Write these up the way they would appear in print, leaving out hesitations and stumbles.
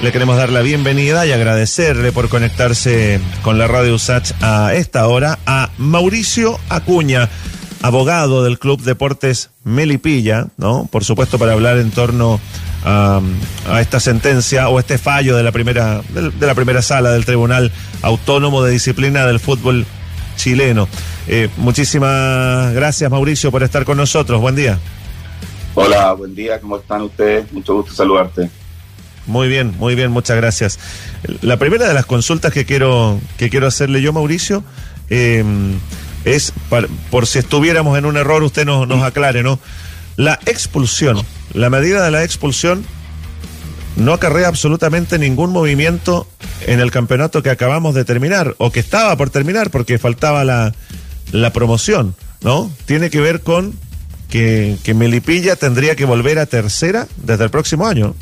Le queremos dar la bienvenida y agradecerle por conectarse con la Radio USACH a esta hora a Mauricio Acuña, abogado del Club Deportes Melipilla, ¿no? Por supuesto, para hablar en torno a esta sentencia o este fallo de la primera sala del Tribunal Autónomo de Disciplina del Fútbol Chileno. Muchísimas gracias, Mauricio, por estar con nosotros. Buen día. Hola, buen día, ¿cómo están ustedes? Mucho gusto saludarte. Muy bien, muchas gracias. La primera de las consultas que quiero hacerle yo, Mauricio, es por si estuviéramos en un error, usted nos aclare, ¿no? La expulsión, la medida de la expulsión no acarrea absolutamente ningún movimiento en el campeonato que acabamos de terminar, o que estaba por terminar, porque faltaba la promoción, ¿no? Tiene que ver con que Melipilla tendría que volver a tercera desde el próximo año.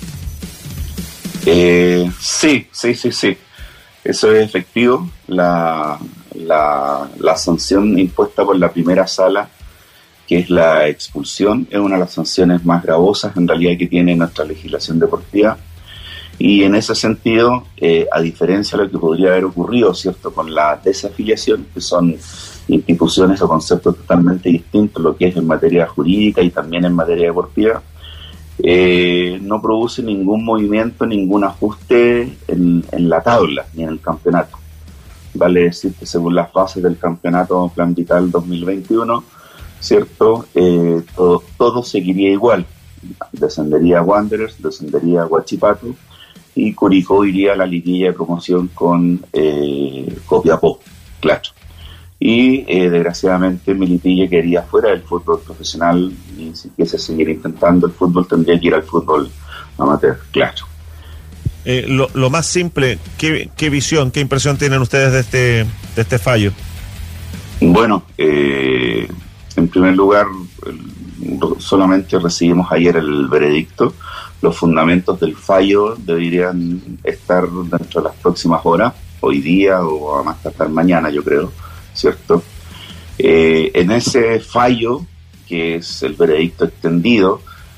Sí. Eso es efectivo. La sanción impuesta por la primera sala, que es la expulsión, es una de las sanciones más gravosas en realidad que tiene nuestra legislación deportiva. Y en ese sentido, a diferencia de lo que podría haber ocurrido, ¿cierto?, con la desafiliación, que son instituciones o conceptos totalmente distintos, lo que es en materia jurídica y también en materia deportiva, no produce ningún movimiento, ningún ajuste en la tabla ni en el campeonato. Vale decir que según las bases del campeonato Plan Vital 2021, ¿cierto?, todo seguiría igual. Descendería Wanderers, descendería Huachipato y Curicó iría a la liguilla de promoción con Copiapó, claro. Y desgraciadamente Melipilla quedaría fuera del fútbol profesional, y si quisiese seguir intentando el fútbol tendría que ir al fútbol amateur, claro. Lo más simple, ¿qué visión, qué impresión tienen ustedes de este fallo? Bueno, en primer lugar, solamente recibimos ayer el veredicto. Los fundamentos del fallo deberían estar dentro de las próximas horas, hoy día o a más tardar mañana, yo creo, ¿cierto? En ese fallo, que es el veredicto extendido,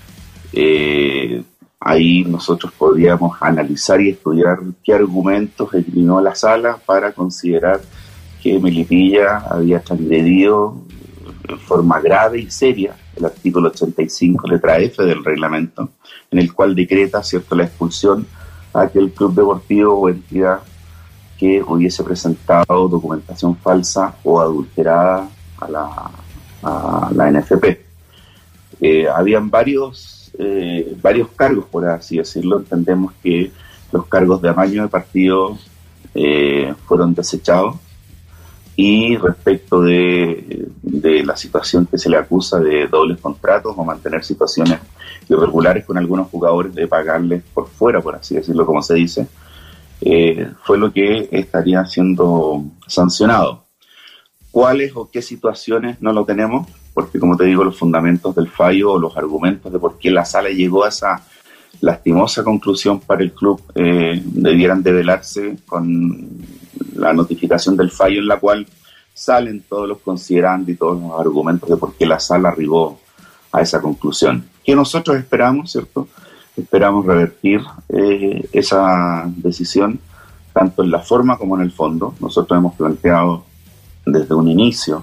ahí nosotros podríamos analizar y estudiar qué argumentos eliminó la sala para considerar que Melipilla había transgredido en forma grave y seria el artículo 85, letra F del reglamento, en el cual decreta, ¿cierto?, la expulsión a aquel club deportivo o entidad que hubiese presentado documentación falsa o adulterada a la NFP. Habían varios cargos, por así decirlo. Entendemos que los cargos de amaño de partido fueron desechados, y respecto de la situación que se le acusa de dobles contratos o mantener situaciones irregulares con algunos jugadores, de pagarles por fuera, por así decirlo, como se dice, fue lo que estaría siendo sancionado. ¿Cuáles o qué situaciones no lo tenemos? Porque, como te digo, los fundamentos del fallo o los argumentos de por qué la sala llegó a esa lastimosa conclusión para el club debieran develarse con la notificación del fallo, en la cual salen todos los considerandos y todos los argumentos de por qué la sala arribó a esa conclusión. ¿Qué nosotros esperamos, cierto? Esperamos revertir esa decisión, tanto en la forma como en el fondo. Nosotros hemos planteado desde un inicio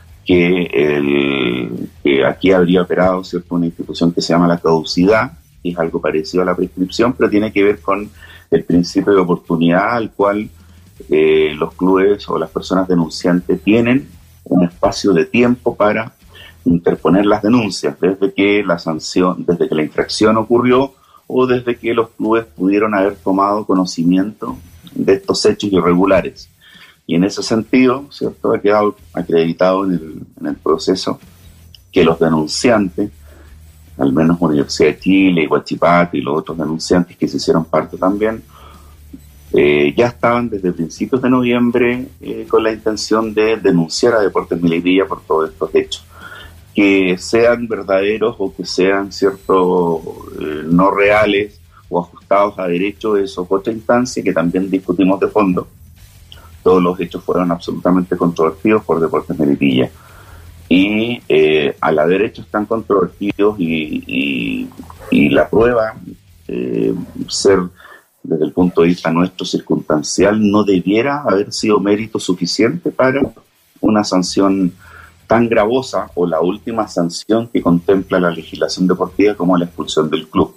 que aquí habría operado, ¿cierto?, una institución que se llama la caducidad, que es algo parecido a la prescripción, pero tiene que ver con el principio de oportunidad al cual los clubes o las personas denunciantes tienen un espacio de tiempo para interponer las denuncias, desde que la infracción ocurrió o desde que los clubes pudieron haber tomado conocimiento de estos hechos irregulares. Y en ese sentido, ¿cierto?, ha quedado acreditado en el proceso que los denunciantes, al menos Universidad de Chile, Huachipato y los otros denunciantes que se hicieron parte también, ya estaban desde principios de noviembre con la intención de denunciar a Deportes Melipilla por todos estos hechos. Que sean verdaderos o que sean, ¿cierto?, no reales o ajustados a derecho, eso es otra instancia que también discutimos de fondo. Todos los hechos fueron absolutamente controvertidos por Deportes Melipilla. Y al haber hechos tan controvertidos y la prueba ser desde el punto de vista nuestro circunstancial, no debiera haber sido mérito suficiente para una sanción tan gravosa o la última sanción que contempla la legislación deportiva como la expulsión del club.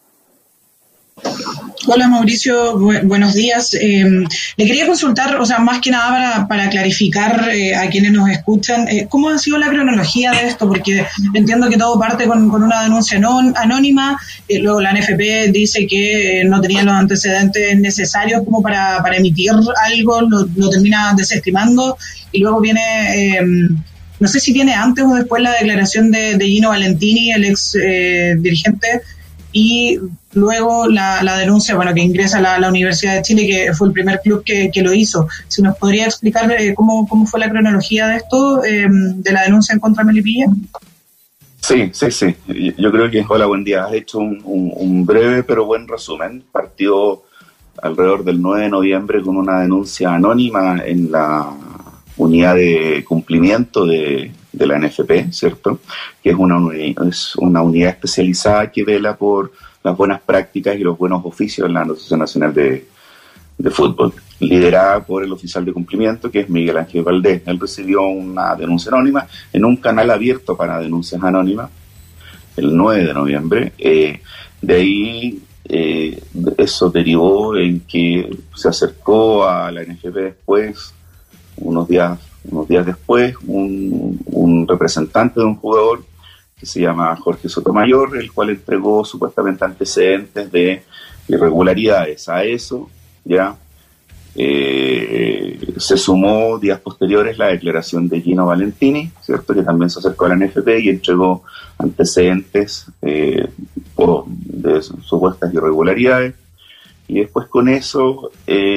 Hola Mauricio, buenos días. Le quería consultar, o sea, más que nada para clarificar a quienes nos escuchan, ¿cómo ha sido la cronología de esto? Porque entiendo que todo parte con una denuncia anónima, luego la NFP dice que no tenía los antecedentes necesarios como para emitir algo, lo termina desestimando, y luego viene, no sé si viene antes o después la declaración de Gino Valentini, el ex dirigente, y luego la denuncia, bueno, que ingresa a la Universidad de Chile, que fue el primer club que lo hizo. Si nos podría explicar cómo fue la cronología de esto, de la denuncia en contra de Melipilla. Sí. Yo creo que, hola, buen día. Has hecho un breve pero buen resumen. Partió alrededor del 9 de noviembre con una denuncia anónima en la unidad de cumplimiento de la NFP, ¿cierto? Que es una unidad especializada que vela por las buenas prácticas y los buenos oficios en la Asociación Nacional de Fútbol, liderada por el oficial de cumplimiento, que es Miguel Ángel Valdés. Él recibió una denuncia anónima en un canal abierto para denuncias anónimas el 9 de noviembre. De ahí eso derivó en que se acercó a la NFP después, unos días después, un representante de un jugador que se llama Jorge Sotomayor, el cual entregó supuestamente antecedentes de irregularidades. A eso ya se sumó días posteriores la declaración de Gino Valentini, ¿cierto?, que también se acercó a la NFP y entregó antecedentes de supuestas irregularidades. Y después con eso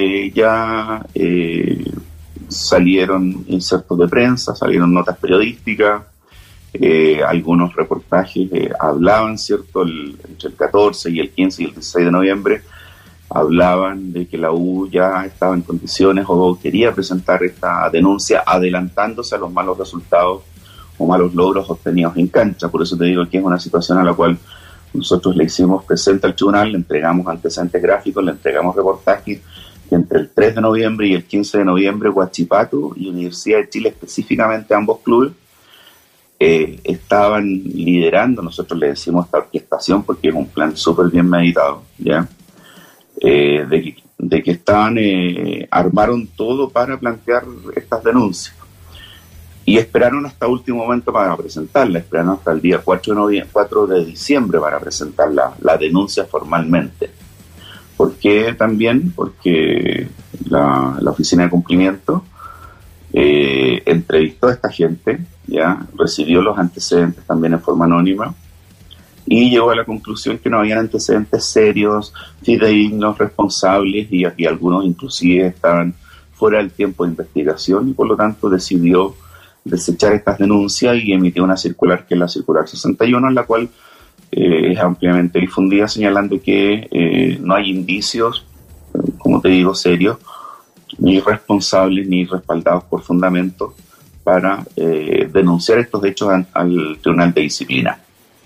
salieron insertos de prensa, salieron notas periodísticas, algunos reportajes hablaban, ¿cierto?, entre el 14 y el 15 y el 16 de noviembre, hablaban de que la U ya estaba en condiciones o quería presentar esta denuncia adelantándose a los malos resultados o malos logros obtenidos en cancha. Por eso te digo que es una situación a la cual nosotros le hicimos presente al tribunal, le entregamos antecedentes gráficos, le entregamos reportajes que entre el 3 de noviembre y el 15 de noviembre Huachipato y Universidad de Chile, específicamente ambos clubes, estaban liderando, nosotros le decimos esta orquestación porque es un plan súper bien meditado, ¿ya? De que armaron todo para plantear estas denuncias y esperaron hasta último momento para presentarla, esperaron hasta el día 4 de diciembre para presentar la denuncia formalmente. ¿Por qué también? Porque la oficina de cumplimiento entrevistó a esta gente, ya recibió los antecedentes también en forma anónima y llegó a la conclusión que no habían antecedentes serios, fidedignos, responsables y algunos inclusive estaban fuera del tiempo de investigación y por lo tanto decidió desechar estas denuncias y emitió una circular que es la circular 61, en la cual es ampliamente difundida señalando que no hay indicios, como te digo, serios, ni responsables ni respaldados por fundamentos para denunciar estos hechos al Tribunal de Disciplina.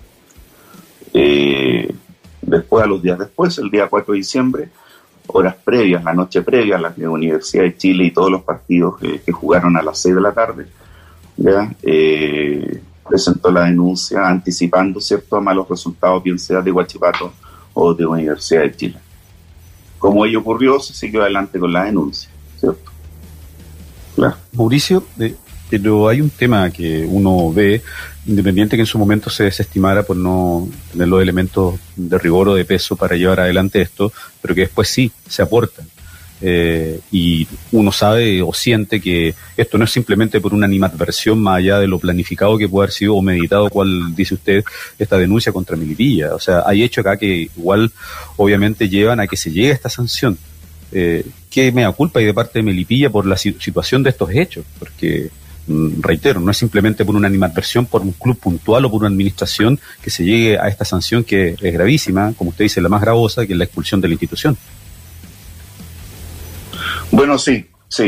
Después, a los días después, el día 4 de diciembre, horas previas, la noche previa, la Universidad de Chile y todos los partidos que jugaron a las 6 de la tarde, ya presentó la denuncia anticipando, ¿cierto?, a malos resultados, bien sea de Huachipato o de Universidad de Chile. Como ello ocurrió, se siguió adelante con la denuncia, ¿cierto? Claro. Mauricio, pero hay un tema que uno ve, independiente que en su momento se desestimara por no tener los elementos de rigor o de peso para llevar adelante esto, pero que después sí se aportan. Y uno sabe o siente que esto no es simplemente por una animadversión más allá de lo planificado que puede haber sido o meditado, cual dice usted, esta denuncia contra Melipilla. O sea, hay hechos acá que igual obviamente llevan a que se llegue a esta sanción. ¿Qué mea culpa hay de parte de Melipilla por la situación de estos hechos? Porque, reitero, no es simplemente por una animadversión por un club puntual o por una administración que se llegue a esta sanción que es gravísima, como usted dice, la más gravosa, que es la expulsión de la institución. Bueno, sí,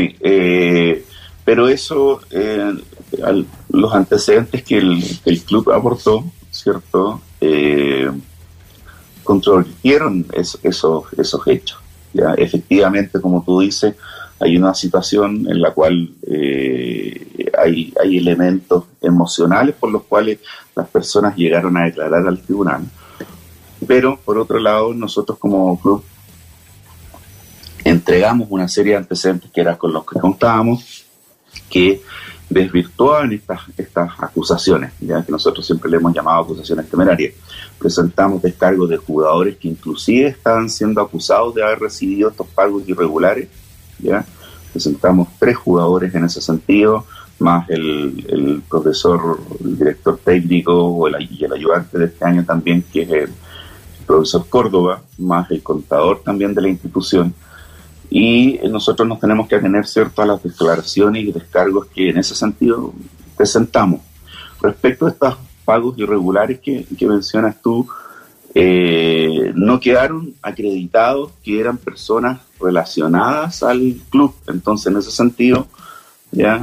pero eso, los antecedentes que el club aportó, ¿cierto?, controvertieron esos hechos. ¿Ya? Efectivamente, como tú dices, hay una situación en la cual hay elementos emocionales por los cuales las personas llegaron a declarar al tribunal. Pero, por otro lado, nosotros como club entregamos una serie de antecedentes que eran con los que contábamos, que desvirtuaban estas acusaciones, ya que nosotros siempre le hemos llamado acusaciones temerarias. Presentamos descargos de jugadores que inclusive estaban siendo acusados de haber recibido estos pagos irregulares, ya. Presentamos 3 jugadores en ese sentido, más el profesor, el director técnico y el ayudante de este año también, que es el profesor Córdoba, más el contador también de la institución. Y nosotros nos tenemos que atener, ¿cierto?, a las declaraciones y descargos que en ese sentido presentamos. Respecto a estos pagos irregulares que mencionas tú, no quedaron acreditados que eran personas relacionadas al club. Entonces, en ese sentido, ya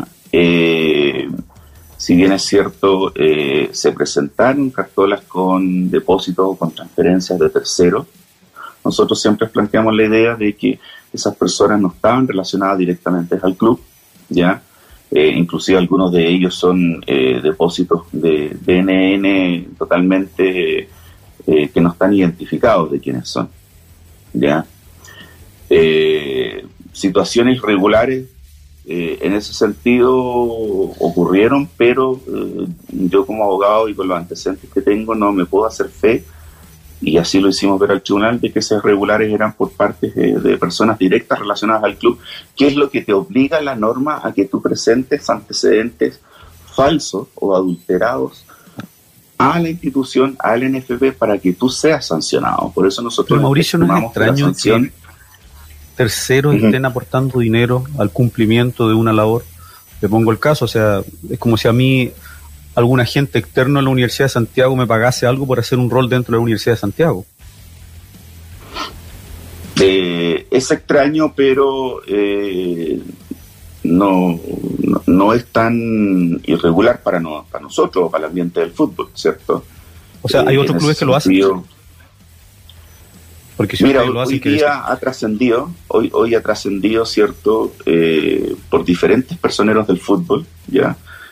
si bien es cierto, se presentaron cartolas con depósitos o con transferencias de terceros, nosotros siempre planteamos la idea de que esas personas no estaban relacionadas directamente al club, ¿ya? Inclusive algunos de ellos son depósitos de BNN totalmente que no están identificados de quiénes son, ¿ya? Situaciones irregulares en ese sentido ocurrieron, pero yo como abogado y con los antecedentes que tengo no me puedo hacer fe, y así lo hicimos ver al tribunal, de que esas irregulares eran por parte de personas directas relacionadas al club. ¿Qué es lo que te obliga la norma a que tú presentes antecedentes falsos o adulterados a la institución, al NFP, para que tú seas sancionado? Por eso nosotros... Mauricio, ¿no es extraño que terceros estén aportando dinero al cumplimiento de una labor? Le pongo el caso, o sea, es como si a mí algún agente externo en la Universidad de Santiago me pagase algo por hacer un rol dentro de la Universidad de Santiago. Es extraño, pero no es tan irregular para nosotros, para el ambiente del fútbol, ¿cierto? O sea, hay otros clubes que lo hacen. Porque si mira, hoy día ha trascendido, hoy ha trascendido, ¿cierto? Por diferentes personeros del fútbol, ¿ya?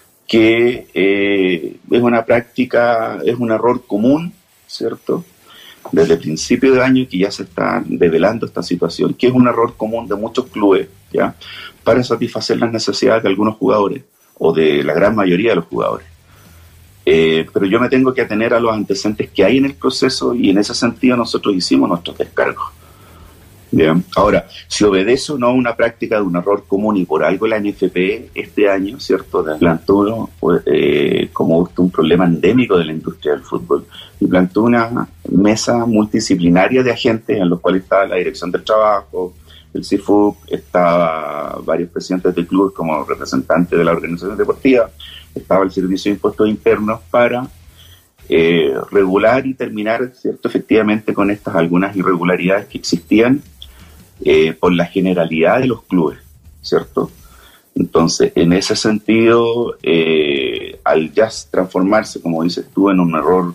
Que es una práctica, es un error común, ¿cierto? Desde el principio de año que ya se está develando esta situación, que es un error común de muchos clubes, ¿ya? Para satisfacer las necesidades de algunos jugadores, o de la gran mayoría de los jugadores. Pero yo me tengo que atener a los antecedentes que hay en el proceso, y en ese sentido nosotros hicimos nuestros descargos. Bien. Ahora, si obedece o no a una práctica de un error común, y por algo la NFP este año, ¿cierto?, plantó como un problema endémico de la industria del fútbol, y plantó una mesa multidisciplinaria de agentes en los cuales estaba la Dirección del Trabajo, el CIFUP, estaba varios presidentes de clubes como representantes de la organización deportiva, estaba el Servicio de Impuestos Internos para regular y terminar, ¿cierto?, efectivamente con estas algunas irregularidades que existían por la generalidad de los clubes, ¿cierto? Entonces, en ese sentido, al ya transformarse, como dices tú, en un error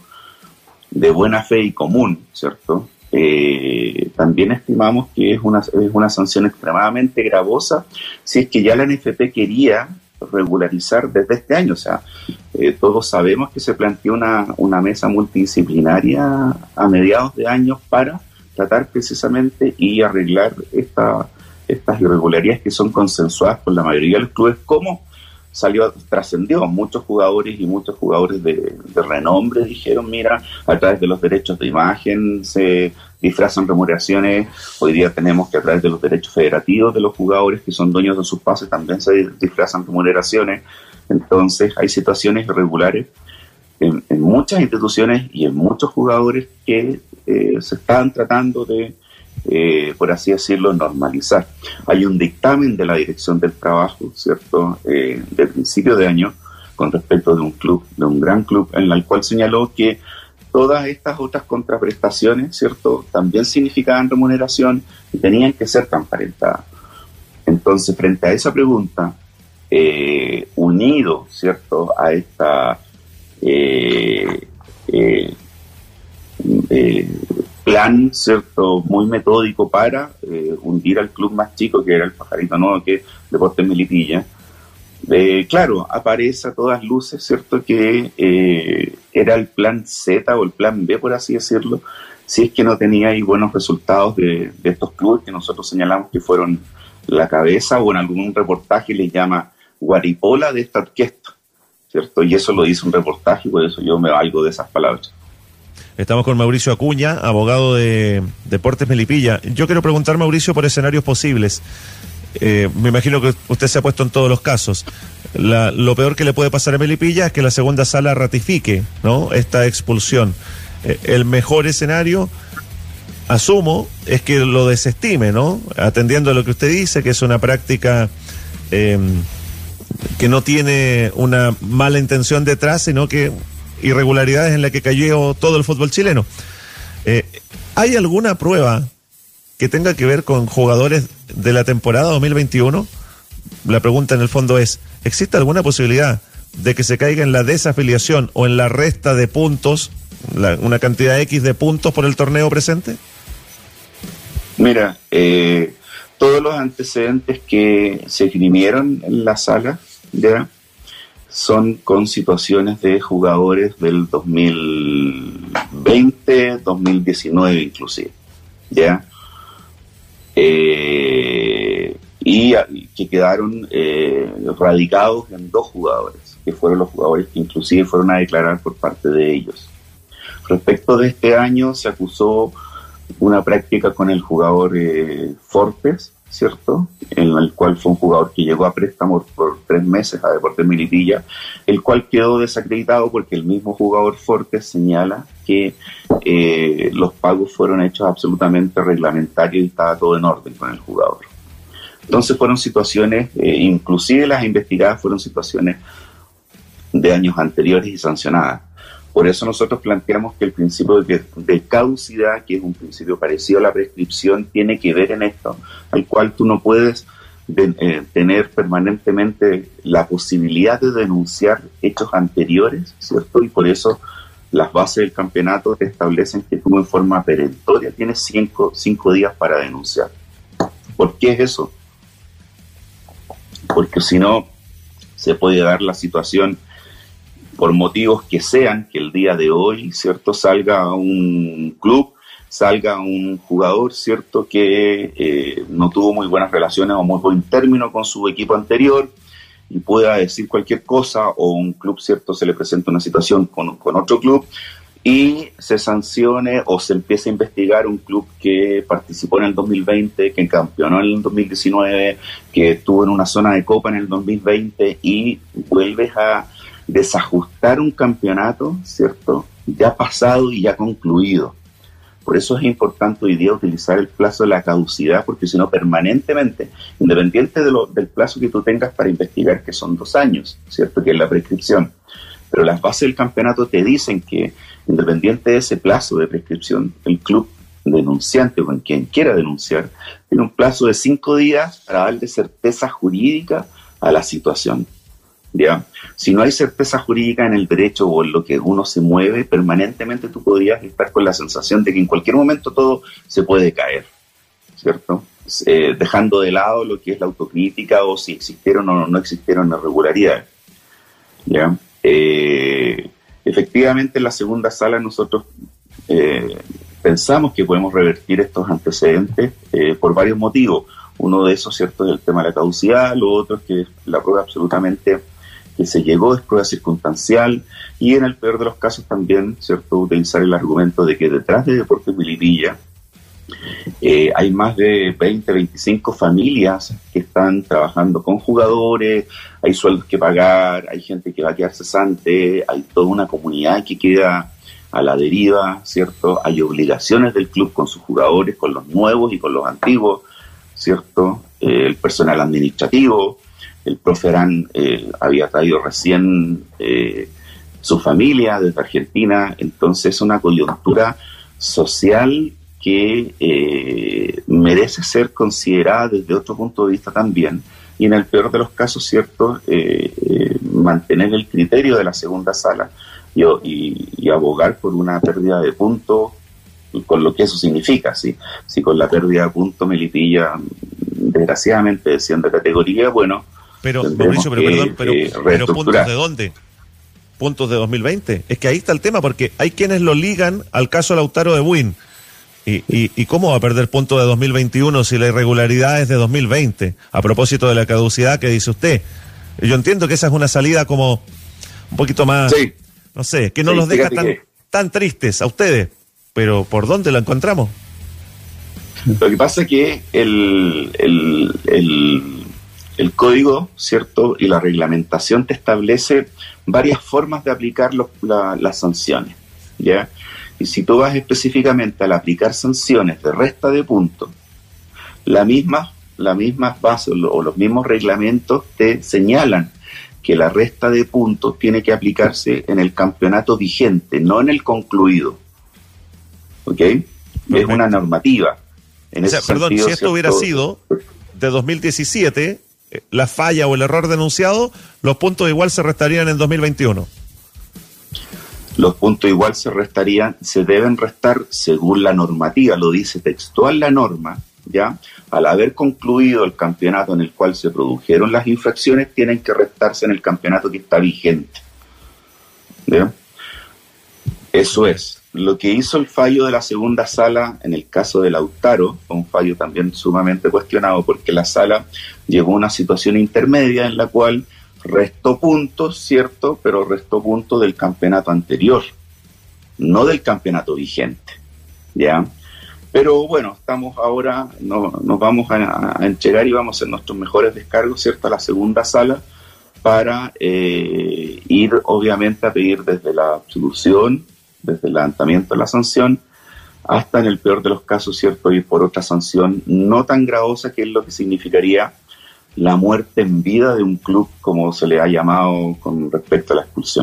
de buena fe y común, ¿cierto? También estimamos que es una sanción extremadamente gravosa si es que ya la NFP quería regularizar desde este año. O sea, todos sabemos que se planteó una mesa multidisciplinaria a mediados de año para tratar precisamente y arreglar estas irregularidades que son consensuadas por la mayoría de los clubes, como trascendió. Muchos jugadores de renombre dijeron, mira, a través de los derechos de imagen se disfrazan remuneraciones. Hoy día tenemos que a través de los derechos federativos de los jugadores que son dueños de sus pases también se disfrazan remuneraciones. Entonces hay situaciones irregulares en muchas instituciones y en muchos jugadores que se están tratando de, por así decirlo, normalizar. Hay un dictamen de la Dirección del Trabajo, ¿cierto?, de principio de año, con respecto de un club, de un gran club, en el cual señaló que todas estas otras contraprestaciones, ¿cierto?, también significaban remuneración y tenían que ser transparentadas. Entonces, frente a esa pregunta, unido, ¿cierto?, a esta plan, ¿cierto?, muy metódico para hundir al club más chico, que era el Pajarito Nuevo, que es Deportes Melipilla. Claro, aparece a todas luces, ¿cierto?, que era el plan Z o el plan B, por así decirlo, si es que no tenía ahí buenos resultados de estos clubes que nosotros señalamos que fueron la cabeza, o en algún reportaje les llama guaripola de esta orquesta, ¿cierto? Y eso lo dice un reportaje, por eso yo me valgo de esas palabras. Estamos con Mauricio Acuña, abogado de Deportes Melipilla. Yo quiero preguntar, Mauricio, por escenarios posibles. Me imagino que usted se ha puesto en todos los casos. Lo peor que le puede pasar a Melipilla es que la segunda sala ratifique, ¿no?, esta expulsión. El mejor escenario, asumo, es que lo desestime, ¿no?, atendiendo a lo que usted dice, que es una práctica que no tiene una mala intención detrás, sino que irregularidades en la que cayó todo el fútbol chileno. ¿Hay alguna prueba que tenga que ver con jugadores de la temporada 2021? La pregunta en el fondo es, ¿existe alguna posibilidad de que se caiga en la desafiliación o en la resta de puntos, una cantidad X de puntos por el torneo presente? Mira, todos los antecedentes que se esgrimieron en la sala, ¿ya?, son con situaciones de jugadores del 2020, 2019 inclusive, ¿ya? Y que quedaron radicados en 2 jugadores, que fueron los jugadores que inclusive fueron a declarar por parte de ellos. Respecto de este año, se acusó una práctica con el jugador Fortes, ¿cierto?, en el cual fue un jugador que llegó a préstamo por 3 meses a Deportes Melipilla, el cual quedó desacreditado porque el mismo jugador Fortes señala que los pagos fueron hechos absolutamente reglamentarios y estaba todo en orden con el jugador. Entonces fueron situaciones, inclusive las investigadas fueron situaciones de años anteriores y sancionadas. Por eso nosotros planteamos que el principio de caducidad, que es un principio parecido a la prescripción, tiene que ver en esto, al cual tú no puedes tener permanentemente la posibilidad de denunciar hechos anteriores, ¿cierto? Y por eso las bases del campeonato te establecen que tú en forma perentoria tienes 5 días para denunciar. ¿Por qué es eso? Porque si no, se puede dar la situación, por motivos que sean, que el día de hoy, ¿cierto?, salga un club, salga un jugador, ¿cierto?, que no tuvo muy buenas relaciones o muy buen término con su equipo anterior y pueda decir cualquier cosa, o un club, ¿cierto?, se le presenta una situación con otro club y se sancione o se empiece a investigar un club que participó en el 2020, que campeonó en el 2019, que estuvo en una zona de copa en el 2020 y vuelves a desajustar un campeonato, ¿cierto?, ya pasado y ya concluido. Por eso es importante hoy día utilizar el plazo de la caducidad, porque si no, permanentemente, independiente del plazo que tú tengas para investigar, que son 2 años, ¿cierto?, que es la prescripción, pero las bases del campeonato te dicen que, independiente de ese plazo de prescripción, el club denunciante o en quien quiera denunciar, tiene un plazo de 5 días para darle certeza jurídica a la situación. ¿Ya? Si no hay certeza jurídica en el derecho o en lo que uno se mueve, permanentemente tú podrías estar con la sensación de que en cualquier momento todo se puede caer, ¿cierto? Dejando de lado lo que es la autocrítica o si existieron o no existieron irregularidades, ¿ya? Efectivamente, en la segunda sala nosotros pensamos que podemos revertir estos antecedentes por varios motivos. Uno de esos, ¿cierto?, es el tema de la caducidad. Lo otro es que la prueba absolutamente que se llegó es prueba circunstancial, y en el peor de los casos también, ¿cierto?, utilizar el argumento de que detrás de Deportes Melipilla hay más de 20, 25 familias que están trabajando con jugadores, hay sueldos que pagar, hay gente que va a quedar cesante, hay toda una comunidad que queda a la deriva, ¿cierto? Hay obligaciones del club con sus jugadores, con los nuevos y con los antiguos, ¿cierto? El personal administrativo, el profe Arán había traído recién su familia desde Argentina, entonces es una coyuntura social que merece ser considerada desde otro punto de vista también, y en el peor de los casos, ¿cierto?, mantener el criterio de la segunda sala y abogar por una pérdida de puntos con lo que eso significa. Si con la pérdida de puntos Melipilla desgraciadamente desciende de categoría, bueno. Pero Mauricio, pero ¿puntos de dónde? ¿Puntos de 2020? Es que ahí está el tema, porque hay quienes lo ligan al caso Lautaro de Buin. ¿Y cómo va a perder puntos de 2021 si la irregularidad es de 2020? A propósito de la caducidad que dice usted. Yo entiendo que esa es una salida como un poquito más, sí, no sé, que no los deja tan tristes a ustedes, pero ¿por dónde lo encontramos? Lo que pasa es que el código, ¿cierto? Y la reglamentación te establece varias formas de aplicar las sanciones, ¿ya? Y si tú vas específicamente al aplicar sanciones de resta de puntos, las mismas bases o los mismos reglamentos te señalan que la resta de puntos tiene que aplicarse en el campeonato vigente, no en el concluido. ¿Ok? Perfecto. Es una normativa. Si esto hubiera sido de 2017, la falla o el error denunciado, los puntos igual se restarían en 2021. Los puntos igual se deben restar según la normativa, lo dice textual la norma, ¿ya? Al haber concluido el campeonato en el cual se produjeron las infracciones, tienen que restarse en el campeonato que está vigente. ¿Ya? Eso es. Lo que hizo el fallo de la segunda sala en el caso de Lautaro, fue un fallo también sumamente cuestionado, porque la sala llegó a una situación intermedia en la cual restó puntos, ¿cierto? Pero restó puntos del campeonato anterior, no del campeonato vigente, ¿ya? Pero bueno, estamos ahora, nos vamos a entregar y vamos a hacer nuestros mejores descargos, ¿cierto? A la segunda sala para ir, obviamente, a pedir desde la absolución, desde el levantamiento de la sanción, hasta en el peor de los casos, ¿cierto? Ir por otra sanción no tan gravosa, que es lo que significaría la muerte en vida de un club, como se le ha llamado con respecto a la expulsión.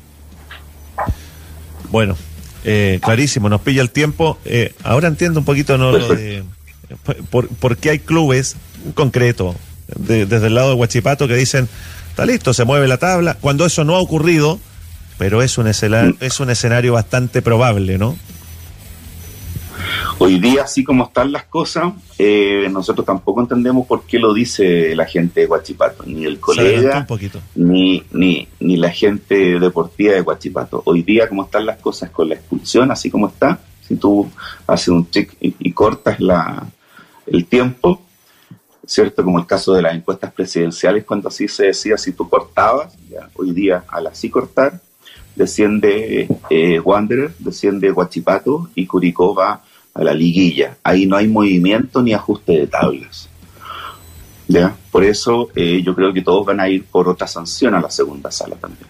Clarísimo, nos pilla el tiempo. Ahora entiendo un poquito, ¿no? Lo de por qué hay clubes en concreto desde el lado de Huachipato que dicen, está listo, se mueve la tabla, cuando eso no ha ocurrido, pero es un escenario bastante probable, ¿no? Hoy día, así como están las cosas, nosotros tampoco entendemos por qué lo dice la gente de Huachipato, ni el colega, ni la gente deportiva de Huachipato. Hoy día, como están las cosas con la expulsión, así como está, si tú haces un check y cortas el tiempo, ¿cierto? Como el caso de las encuestas presidenciales, cuando así se decía, si tú cortabas, ya, hoy día al así cortar, desciende Wanderer, desciende Huachipato y Curicó va a la liguilla. Ahí no hay movimiento ni ajuste de tablas, ¿ya? Por eso yo creo que todos van a ir por otra sanción a la segunda sala también.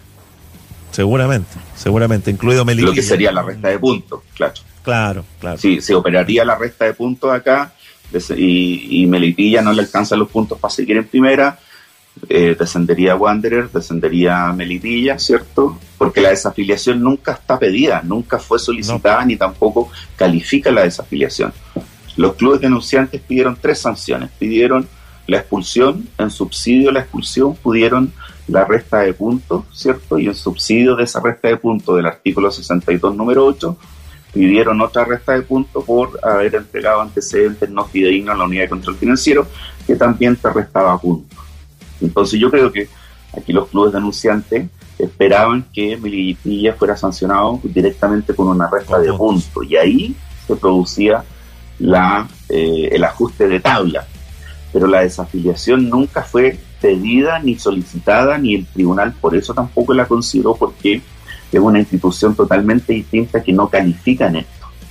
Seguramente, incluido Melipilla. Lo que sería la resta de puntos, claro. Sí, se operaría la resta de puntos acá y Melipilla no le alcanza los puntos para seguir en primera, descendería Wanderer, descendería Melipilla, ¿cierto? Porque la desafiliación nunca está pedida, nunca fue solicitada, ni tampoco califica la desafiliación. Los clubes denunciantes pidieron 3 sanciones, pidieron la expulsión, en subsidio de la expulsión pidieron la resta de puntos, ¿cierto? Y en subsidio de esa resta de puntos del artículo 62, número 8, pidieron otra resta de puntos por haber entregado antecedentes no fidedignos a la unidad de control financiero, que también te restaba puntos. Entonces yo creo que aquí los clubes denunciantes esperaban que Melipilla fuera sancionado directamente con una resta de puntos, y ahí se producía el ajuste de tabla, pero la desafiliación nunca fue pedida ni solicitada, ni el tribunal por eso tampoco la consideró, porque es una institución totalmente distinta que no califica en esto.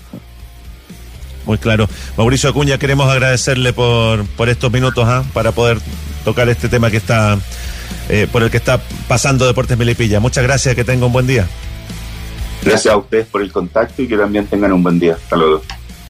Muy claro. Mauricio Acuña, queremos agradecerle por estos minutos para poder tocar este tema que está por el que está pasando Deportes Melipilla. Muchas gracias, que tenga un buen día. Gracias a ustedes por el contacto y que también tengan un buen día. Hasta luego.